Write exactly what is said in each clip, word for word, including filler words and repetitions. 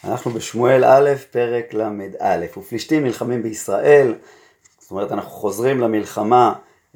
אנחנו בשמואל א', פרק למד א', ופלישתים נלחמים בישראל. זאת אומרת, אנחנו חוזרים למלחמה אה,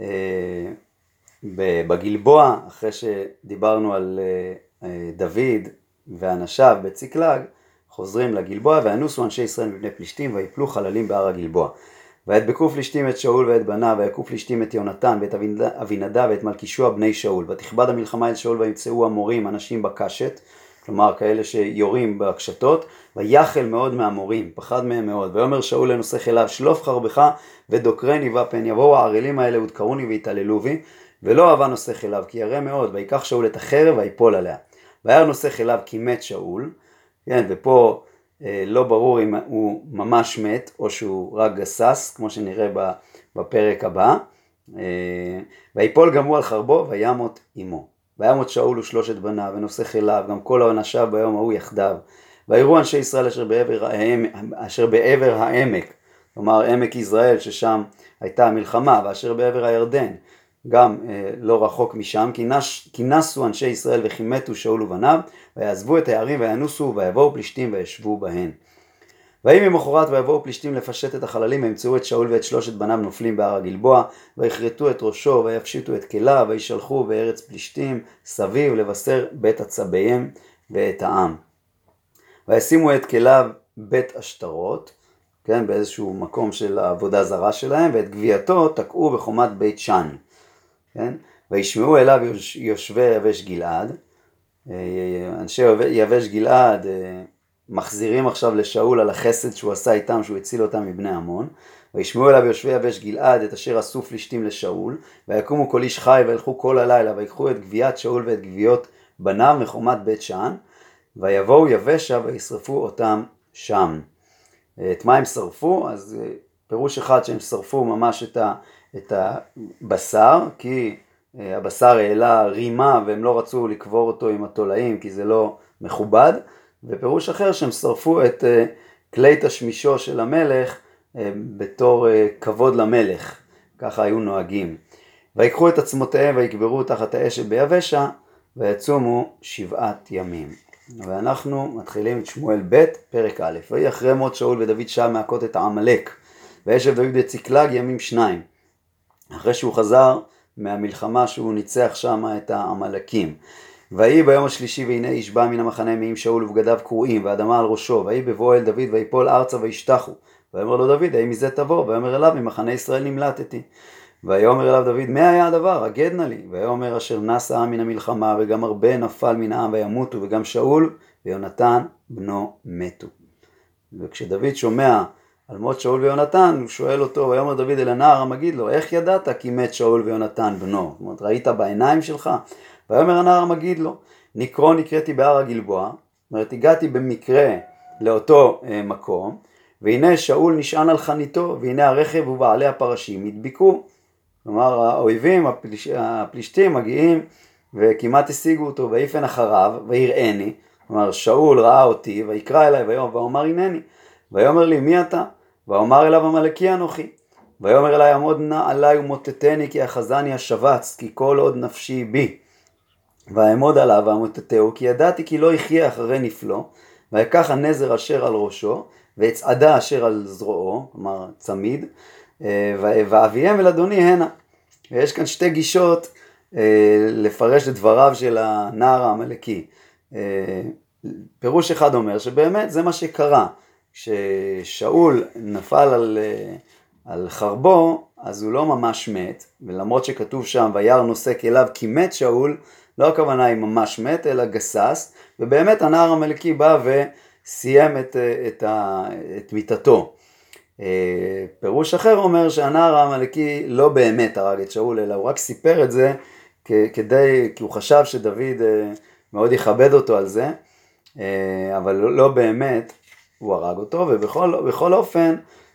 בגלבוע, אחרי שדיברנו על אה, דוד ואנשיו בציקלג, חוזרים לגלבוע, ואנוסו אנשי ישראל מבני פלישתים, ויפלו חללים בהר הגלבוע. וידבקו פלישתים את שאול ואת בניו, ויכו פלישתים את יונתן ואת אבינדב ואת מלכישוע בני שאול. ותכבד המלחמה אל שאול, וימצאו המורים אנשים בקשת, כלומר כאלה שיורים בקשתות, ויחל מאוד מהמורים, פחד מהם מאוד. ויאמר שאול לנושא חיליו, שלוף חרבך ודוקרני ופן, יבואו הערלים האלה ודקרוני ויתעללו בי, ולא אהבה נושא חיליו, כי ירא מאוד. ויקח שאול את החרב ויפול עליה. וירא נושא חיליו כי מת שאול, כן, ופה אה, לא ברור אם הוא ממש מת או שהוא רק גסס, כמו שנראה בפרק הבא. אה, ויפול גם הוא על חרבו וימות עמו. וימות שאול ושלושת בניו ונושא חיליו, גם כל אנשיו ביום ההוא יחדיו. ויראו אנשי ישראל אשר בעבר העמק, אשר בעבר העמק, כלומר עמק ישראל ששם הייתה המלחמה, ואשר בעבר הירדן, גם אה, לא רחוק משם, כי נסו אנשי ישראל וכי מתו שאול ובניו, ויעזבו את הערים וינוסו, ויבואו פלישתים וישבו בהן. ויהי ממחרת ויבואו פלישתים לפשט את החללים, וימצאו את שאול ואת שלושת בניו נופלים בהר הגלבוע, ויכרתו את ראשו ויפשיטו את כליו, וישלחו בארץ פלישתים סביב לבשר בית הצביהם ואת העם. וישימו את כליו בית השטרות, כן, באיזשהו מקום של העבודה זרה שלהם, ואת גווייתו תקעו בחומת בית שן. כן? וישמעו אליו יושבי יבש גלעד, אנשי יבש גלעד מחזירים עכשיו לשאול על החסד שהוא עשה איתם, שהוא הציל אותם מבני עמון. וישמעו אליו יושבי יבש גלעד את אשר עשו פלישתים לשאול, ויקומו כל איש חי וילכו כל הלילה, ויקחו את גוויית שאול ואת גוויות בניו מחומת בית שן, ויבואו יבשה וישרפו אותם שם. את מה הם שרפו? אז פירוש אחד שהם שרפו ממש את, ה, את הבשר, כי הבשר העלה רימה והם לא רצו לקבור אותו עם התולעים כי זה לא מכובד. ופירוש אחר שהם שרפו את כלי תשמישו של המלך בתור כבוד למלך, ככה היו נוהגים. ויקחו את עצמותיהם ויקברו תחת האש ביבשה, ויצומו שבעת ימים. ואנחנו מתחילים את שמואל ב' פרק א'. ויהי אחרי מות שאול ודוד שב מהכות את העמלק, וישב דוד בציקלג ימים שניים, אחרי שהוא חזר מהמלחמה שהוא ניצח שם את העמלקים. ויהי ביום השלישי והנה איש בא מן המחנה מעם שאול ובגדיו קרועים ואדמה על ראשו, ויהי בבוא אל דוד ויפול ארצה וישתחו. ויאמר לו דוד, האם מזה תבוא? ויאמר אליו, ממחנה ישראל נמלטתי. ויאמר אליו דוד, מה היה הדבר? הגד נא לי. ויאמר אשר נס העם מן המלחמה, וגם הרבה נפל מן העם וימותו, וגם שאול ויונתן בנו מתו. וכשדוד שומע על מות שאול ויונתן, הוא שואל אותו, ויאמר דוד אל הנער המגיד לו, איך ידעת כי מת שאול ויונתן בנו? זאת אומרת, ראית בעיניים שלך? ויאמר הנער המגיד לו, נקרו נקראתי בהר הגלבוע, זאת אומרת, הגעתי במקרה לאותו אה, מקום, והנה שאול נשען על חניתו, והנה הרכב ובעלי הפרשים הדביקו. כלומר, האויבים, הפליש, הפלישתים מגיעים וכמעט השיגו אותו, ויפן אחריו, ויראני. כלומר, שאול ראה אותי, ויקרא אליי, ואומר הנני. ויאמר לי, מי אתה? ואומר אליו, המלאקי אנוכי. ויאמר אליי, עמוד נא עליי ומוטטני, כי אחזני השבץ, כי כל עוד נפשי בי. ואעמוד עליו ואמוטטהו, כי ידעתי כי לא יחיה אחרי נפלו, ויקח הנזר אשר על ראשו, והצעדה אשר על זרועו, כלומר צמיד, ואביהם אל אדוני הנה. ויש כאן שתי גישות לפרש את דבריו של הנער העמלקי. פירוש אחד אומר שבאמת זה מה שקרה. כששאול נפל על, על חרבו, אז הוא לא ממש מת, ולמרות שכתוב שם וירא נושא כליו כי מת שאול, לא הכוונה היא ממש מת, אלא גסס, ובאמת הנער העמלקי בא וסיים את, את, את מיתתו. פירוש אחר אומר שהנער העמלקי לא באמת הרג את שאול, אלא הוא רק סיפר את זה כדי, כי הוא חשב שדוד מאוד יכבד אותו על זה, אבל לא באמת הוא הרג אותו. ובכל בכל אופן,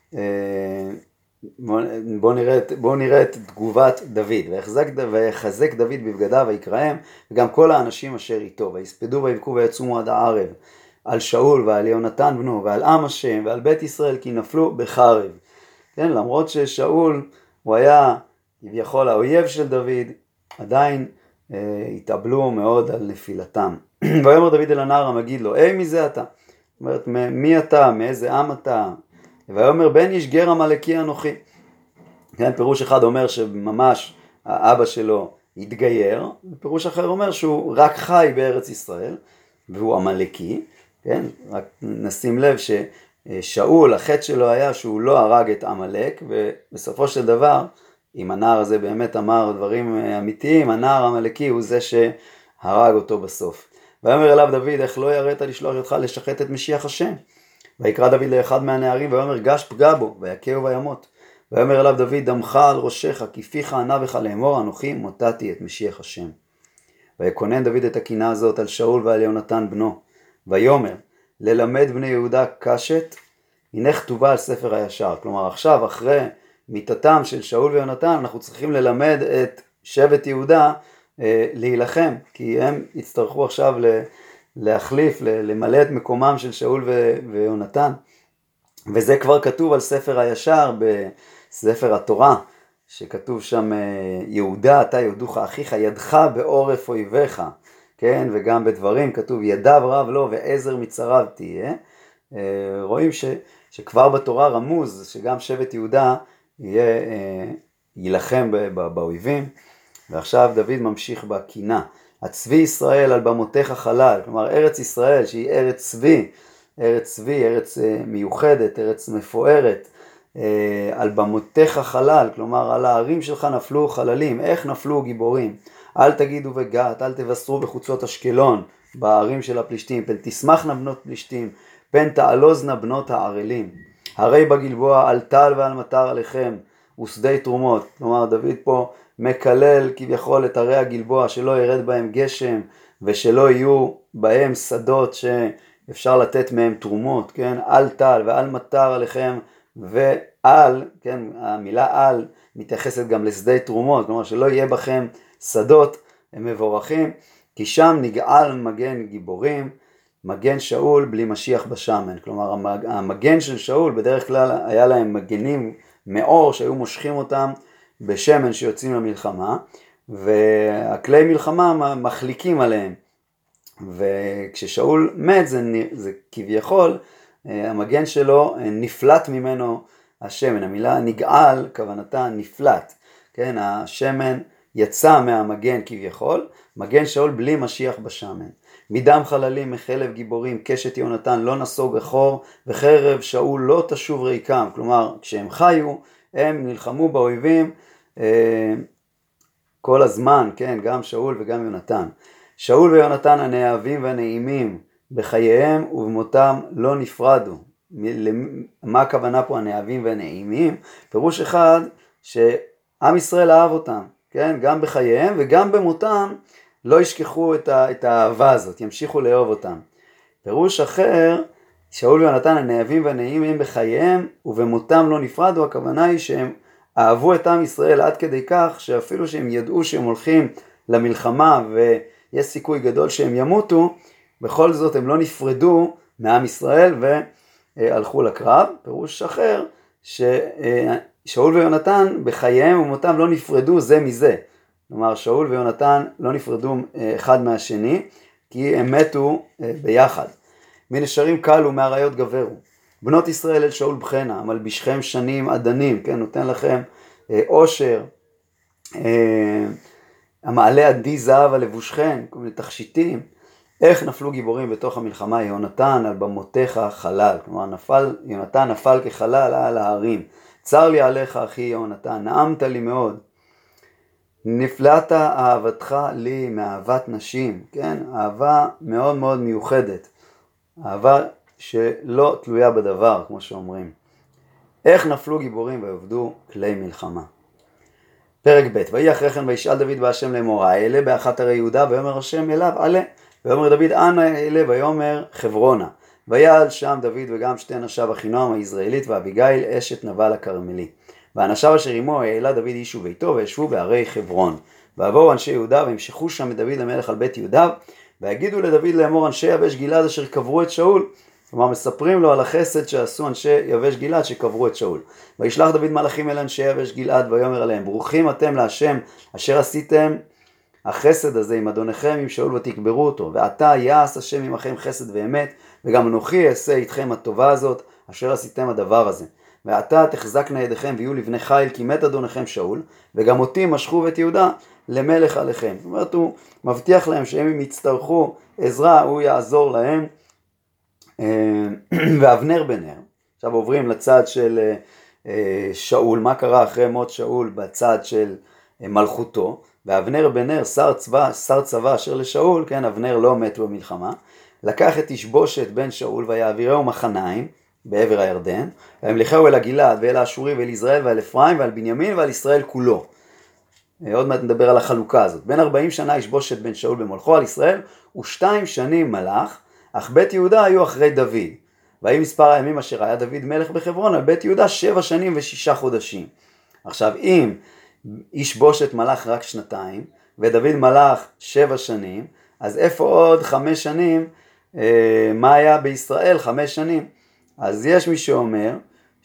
בואו נראה, בוא נראה את תגובת דוד. ויחזק, ויחזק דוד בבגדיו ויקראם, וגם כל האנשים אשר איתו, ויספדו ויבכו ויצומו עד הערב על שאול ועל יונתן בנו ועל עם השם ועל בית ישראל, כי נפלו בחרב. כן, למרות ששאול הוא היה כביכול האויב של דוד, עדיין אה, התאבלו מאוד על נפילתם. ויאמר דוד אל הנער המגיד לו, היי מי זה אתה? אומרת, מי אתה, מאיזה עם אתה? ויאמר בן איש גר עמלקי אנוכי. כן, פירוש אחד אומר שממש האבא שלו התגייר, ופירוש אחר אומר שהוא רק חי בארץ ישראל, והוא עמלקי, כן? רק נשים לב ששאול, החטא שלו היה שהוא לא הרג את עמלק, ובסופו של דבר, אם הנער הזה באמת אמר דברים אמיתיים, הנער עמלקי הוא זה שהרג אותו בסוף. ויאמר אליו דוד, איך לא יראת לשלוח אותך לשחט את משיח השם? ויקרא דוד לאחד מהנערים, ויאמר גש פגע בו, ויכהו וימות. ויאמר אליו דוד, דמך על ראשך, כי פיך ענה בך לאמור, אנוכי מותתי את משיח השם. ויקונן דוד את הקינה הזאת על שאול ועל יונתן בנו. ויאמר, ללמד בני יהודה קשת, הנה כתובה על ספר הישר. כלומר, עכשיו, אחרי מיתתם של שאול ויונתן, אנחנו צריכים ללמד את שבט יהודה אה, להילחם, כי הם יצטרכו עכשיו להחליף, למלא את מקומם של שאול ויונתן. וזה כבר כתוב על ספר הישר בספר התורה, שכתוב שם יהודה אתה יודוך אחיך ידך בעורף אויביך, כן? וגם בדברים כתוב ידיו רב לו ועזר מצריו תהיה. רואים ש, שכבר בתורה רמוז שגם שבט יהודה יהיה, ילחם באויבים. ועכשיו דוד ממשיך בקינה, הצבי ישראל על במותיך חלל, כלומר ארץ ישראל שהיא ארץ צבי, ארץ צבי, ארץ מיוחדת, ארץ מפוארת, על במותיך חלל, כלומר על הערים שלך נפלו חללים. איך נפלו גיבורים? אל תגידו בגת, אל תבשרו בחוצות אשקלון, בערים של הפלישתים, פן תשמחנה בנות פלישתים, פן תעלוזנה בנות הערלים. הרי בגלבוע על טל ועל מטר עליכם ושדי תרומות. כלומר דוד פה מקלל כביכול את ערי הגלבוע, שלא ירד בהם גשם ושלא יהיו בהם שדות שאפשר לתת מהם תרומות, כן? על טל ועל מטר עליכם, ועל, כן, המילה על מתייחסת גם לשדי תרומות, כלומר שלא יהיה בכם שדות, הם מבורכים, כי שם נגאל מגן גיבורים, מגן שאול בלי משיח בשמן. כלומר המגן של שאול בדרך כלל היה להם מגנים מאור שהיו מושכים אותם בשמן שיוצאים למלחמה, והכלי מלחמה מחליקים עליהם. וכששאול מת זה, זה כביכול המגן שלו נפלט ממנו השמן. המילה נגאל כוונתה נפלט, כן? השמן יצא מהמגן כביכול, מגן שאול בלי משיח בשמן. מדם חללים מחלב גיבורים קשת יונתן לא נסוג אחור, וחרב שאול לא תשוב ריקם. כלומר כשהם חיו הם נלחמו באויבים אה, כל הזמן, כן? גם שאול וגם יונתן. שאול ויונתן הנאהבים והנעימים בחייהם ובמותם לא נפרדו. מה הכוונה פה הנאהבים והנעימים? פירוש אחד שעם ישראל אהב אותם, כן? גם בחייהם וגם במותם לא ישכחו את, ה, את האהבה הזאת, ימשיכו לאהוב אותם. פירוש אחר, שאול ויונתן הנאהבים והנעימים בחייהם ובמותם לא נפרדו, הכוונה היא שהם אהבו את עם ישראל עד כדי כך שאפילו שהם ידעו שהם הולכים למלחמה ויש סיכוי גדול שהם ימותו, בכל זאת הם לא נפרדו מעם ישראל והלכו לקרב. פירוש אחר, ששאול ויונתן בחייהם ומותם לא נפרדו זה מזה. כלומר שאול ויונתן לא נפרדו אחד מהשני, כי הם מתו ביחד. מנשרים קלו מהראיות גברו. בנות ישראל אל שאול בחנה, מלבישכם שנים עדנים, כן? נותן לכם עושר, המעלה עדי זהב על לבושכם, כל מיני תכשיטים. איך נפלו גיבורים בתוך המלחמה? יונתן על במותיך חלל, כלומר נפל, יונתן נפל כחלל על ההרים. צר לי עליך אחי יונתן, נעמת לי מאוד. נפלאת אהבתך לי מאהבת נשים, כן? אהבה מאוד מאוד מיוחדת, אהבה שלא תלויה בדבר, כמו שאומרים. איך נפלו גיבורים ועבדו כלי מלחמה. פרק ב' ויהי אחרי כן וישאל דוד בהשם לאמור, האלה באחת ערי יהודה, ויאמר השם אליו עלה, ויאמר דוד אנה אלה, ויאמר חברונה. ויעל שם דוד וגם שתי נשיו אחינועם היזרעאלית ואביגיל אשת נבל הכרמלי. ואנשיו אשר עמו העלה דוד איש וביתו וישבו בערי חברון. ועברו אנשי יהודה והמשכו שם את דוד למלך על בית יהודה, ויגידו לדוד לאמור אנשי יבש גלעד אשר קברו את שאול. כלומר מספרים לו על החסד שעשו אנשי יבש גלעד שקברו את שאול. וישלח דוד מלאכים אל אנשי יבש גלעד ויאמר עליהם, ברוכים אתם להשם אשר עשיתם החסד הזה עם אדונכם עם שאול ותקברו אותו, ועתה יעש השם עמכם חסד ואמת, וגם אנוכי אעשה איתכם הטובה הזאת אשר עשיתם הדבר הזה. ועתה תחזקנה ידיכם ויהיו לבני חיל, כי מת אדונכם שאול, וגם אותי משכו ואת יהודה למלך עליכם. זאת אומרת, הוא מבטיח להם שהם אם יצטרכו עזרה, הוא יעזור להם. ואבנר בן נר, עכשיו עוברים לצד של שאול, מה קרה אחרי מות שאול בצד של מלכותו, ואבנר בן נר, שר צבא, שר צבא אשר לשאול, כן, אבנר לא מת במלחמה, לקח את ישבושת בן שאול ויעבירהו מחניים בעבר הירדן, וימלכהו אל הגלעד ואל האשורי ואל יזרעאל ואל אפרים ועל בנימין ועל ישראל כולו. עוד מעט נדבר על החלוקה הזאת. בין ארבעים שנה ישבושת בן שאול במולכו על ישראל, ושתיים שנים מלך, אך בית יהודה היו אחרי דוד. והיא מספר הימים אשר היה דוד מלך בחברון על בית יהודה שבע שנים ושישה חודשים. עכשיו אם ישבושת מלך רק שנתיים, ודוד מלך שבע שנים, אז איפה עוד חמש שנים, אה, מה היה בישראל חמש שנים? אז יש מי שאומר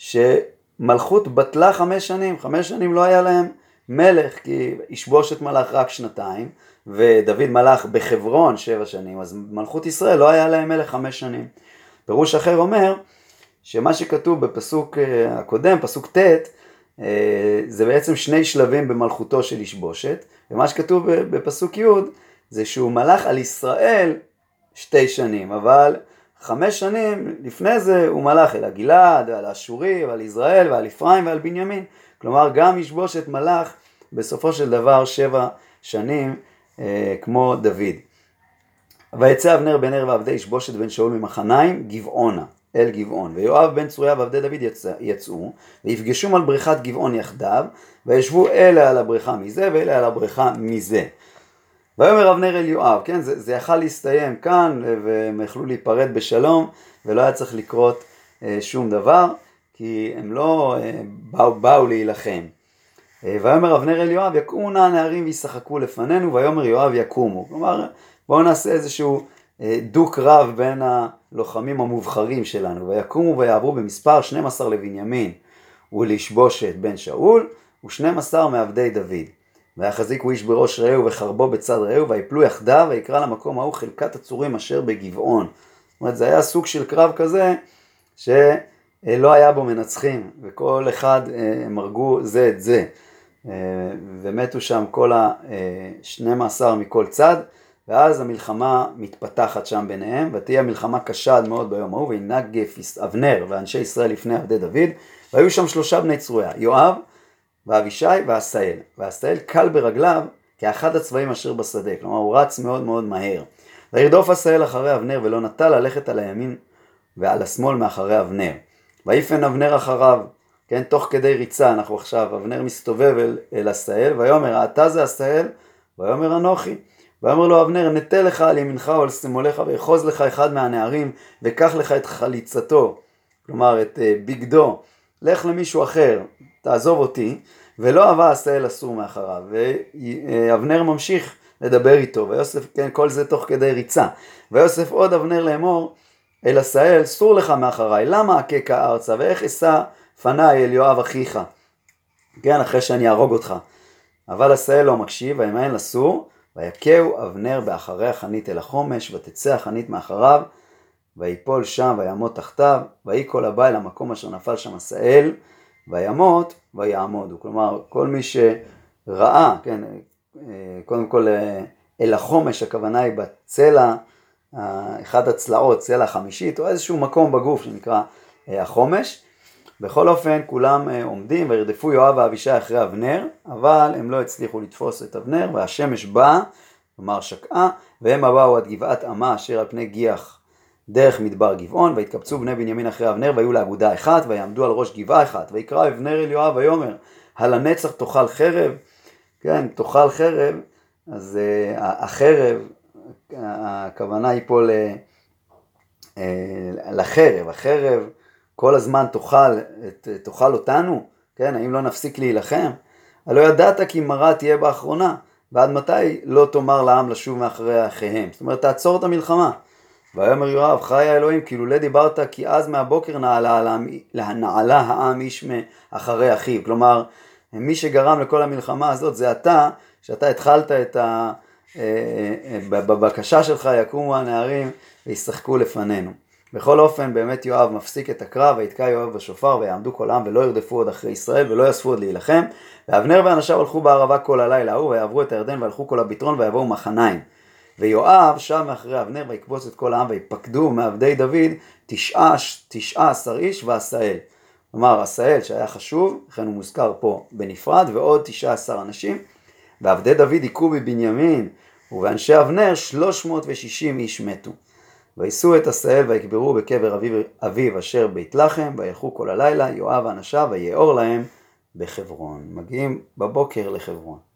שמלכות בטלה חמש שנים, חמש שנים לא היה להם מלך, כי ישבושת מלך רק שנתיים, ודוד מלך בחברון שבע שנים, אז מלכות ישראל לא היה להם מלך חמש שנים. פירוש אחר אומר, שמה שכתוב בפסוק הקודם, פסוק ת', זה בעצם שני שלבים במלכותו של ישבושת, ומה שכתוב בפסוק י' זה שהוא מלך על ישראל שתי שנים, אבל חמש שנים לפני זה הוא מלך אל הגלעד, על האשורי, ועל ישראל, ועל אפרים, ועל בנימין. כלומר, גם ישבושת מלך בסופו של דבר שבע שנים, אה, כמו דוד. ויצא אבנר בן נר ועבדי ישבושת בן שאול ממחניים גבעונה, אל גבעון. ויואב בן צרויה ועבדי דוד יצא, יצאו, ויפגשום על בריכת גבעון יחדיו, וישבו אלה על הבריכה מזה, ואלה על הבריכה מזה. ויאמר אבנר אל יואב, כן, זה, זה יכל להסתיים כאן, והם יכלו להיפרד בשלום, ולא היה צריך לקרות אה, שום דבר, כי הם לא אה, באו, באו להילחם. אה, ויאמר אבנר אל יואב, יקומו נא הנערים וישחקו לפנינו, ויאמר יואב יקומו. כלומר, בואו נעשה איזשהו אה, דוק רב בין הלוחמים המובחרים שלנו, ויקומו ויעברו במספר שנים עשר לבנימין, ולישבושת בן שאול, ו-שנים עשר מעבדי דוד. ויחזיקו איש בראש רעהו וחרבו בצד רעהו, ויפלו יחדיו, ויקרא למקום ההוא חלקת הצורים אשר בגבעון. זאת אומרת, זה היה סוג של קרב כזה, שלא היה בו מנצחים, וכל אחד מרגו זה את זה. ומתו שם כל ה-שנים עשר מכל צד, ואז המלחמה מתפתחת שם ביניהם, ותהיה מלחמה קשה עד מאוד ביום ההוא, וינהג אבנר ואנשי ישראל לפני עבדי דוד, והיו שם שלושה בני צרויה, יואב, ואבישי ועשאל, ועשאל קל ברגליו כאחד הצבאים אשר בשדה, כלומר הוא רץ מאוד מאוד מהר. וירדוף עשאל אחרי אבנר ולא נטה ללכת על הימין ועל השמאל מאחרי אבנר. ויפן אבנר אחריו, כן, תוך כדי ריצה, אנחנו עכשיו, אבנר מסתובב אל, אל עשאל, ויאמר, אתה זה עשאל? ויאמר אנוכי. ויאמר לו אבנר, נטה לך על ימינך או על שמאלך, ויחוז לך אחד מהנערים, וקח לך את חליצתו, כלומר את בגדו, לך למישהו אחר, תעזוב אותי, ולא אהבה עשאל אסור מאחריו. ואבנר ממשיך לדבר איתו, ויוסף, כן, כל זה תוך כדי ריצה. ויוסף עוד אבנר לאמור אל עשאל, סור לך מאחריי, למה אככה ארצה, ואיך אשא פניי אל יואב אחיך, כן, אחרי שאני ארוג אותך. אבל עשאל לא מקשיב, וימאן לסור, ויקהו אבנר באחרי החנית אל החומש, ותצא החנית מאחריו, ויפול שם ויעמוד תחתיו, ויהי כל הבא אל המקום אשר נפל שם עשאל, וימות ויעמודו. כלומר, כל מי שראה, כן, קודם כל אל החומש, הכוונה היא בצלע, אחד הצלעות, צלע חמישית, או איזשהו מקום בגוף שנקרא החומש. בכל אופן, כולם עומדים וירדפו יואב ואבישי אחרי אבנר, אבל הם לא הצליחו לתפוס את אבנר, והשמש באה, כלומר שקעה, והם באו עד גבעת עמה אשר על פני גיח דרך מדבר גבעון, והתקבצו בני בנימין אחרי אבנר, והיו לאגודה אחת, ויעמדו על ראש גבעה אחת, ויקרא אבנר אל יואב ויאמר, הלנצח תאכל חרב, כן, תאכל חרב, אז uh, החרב, הכוונה היא פה ל, uh, לחרב, החרב כל הזמן תאכל, תאכל אותנו, כן, האם לא נפסיק להילחם? הלא ידעת כי מרה תהיה באחרונה, ועד מתי לא תאמר לעם לשוב מאחרי אחיהם, זאת אומרת תעצור את המלחמה. ויאמר יואב, חי האלוהים, כאילו לא דיברת, כי אז מהבוקר נעלה, נעלה העם איש מאחרי אחיו. כלומר, מי שגרם לכל המלחמה הזאת זה אתה, שאתה התחלת את, ה, בבקשה שלך יקומו הנערים וישחקו לפנינו. בכל אופן באמת יואב מפסיק את הקרב, ויתקע יואב בשופר ויעמדו כל העם ולא ירדפו עוד אחרי ישראל ולא יאספו עוד להילחם. ואבנר ואנשיו הלכו בערבה כל הלילה ההוא ויעברו את הירדן והלכו כל הביטרון ויבואו מחניים. ויואב שם מאחרי אבנר ויקבוץ את כל העם ויפקדו מעבדי דוד תשעה, תשעה עשר איש ועשאל. כלומר עשאל שהיה חשוב, לכן הוא מוזכר פה בנפרד, ועוד תשעה עשר אנשים. ועבדי דוד היכו בבנימין ובאנשי אבנר שלוש מאות ושישים איש מתו. ויסעו את עשאל ויקברו בקבר אביו, אביו אשר בית לחם, וילכו כל הלילה יואב ואנשיו ויאור להם בחברון. מגיעים בבוקר לחברון.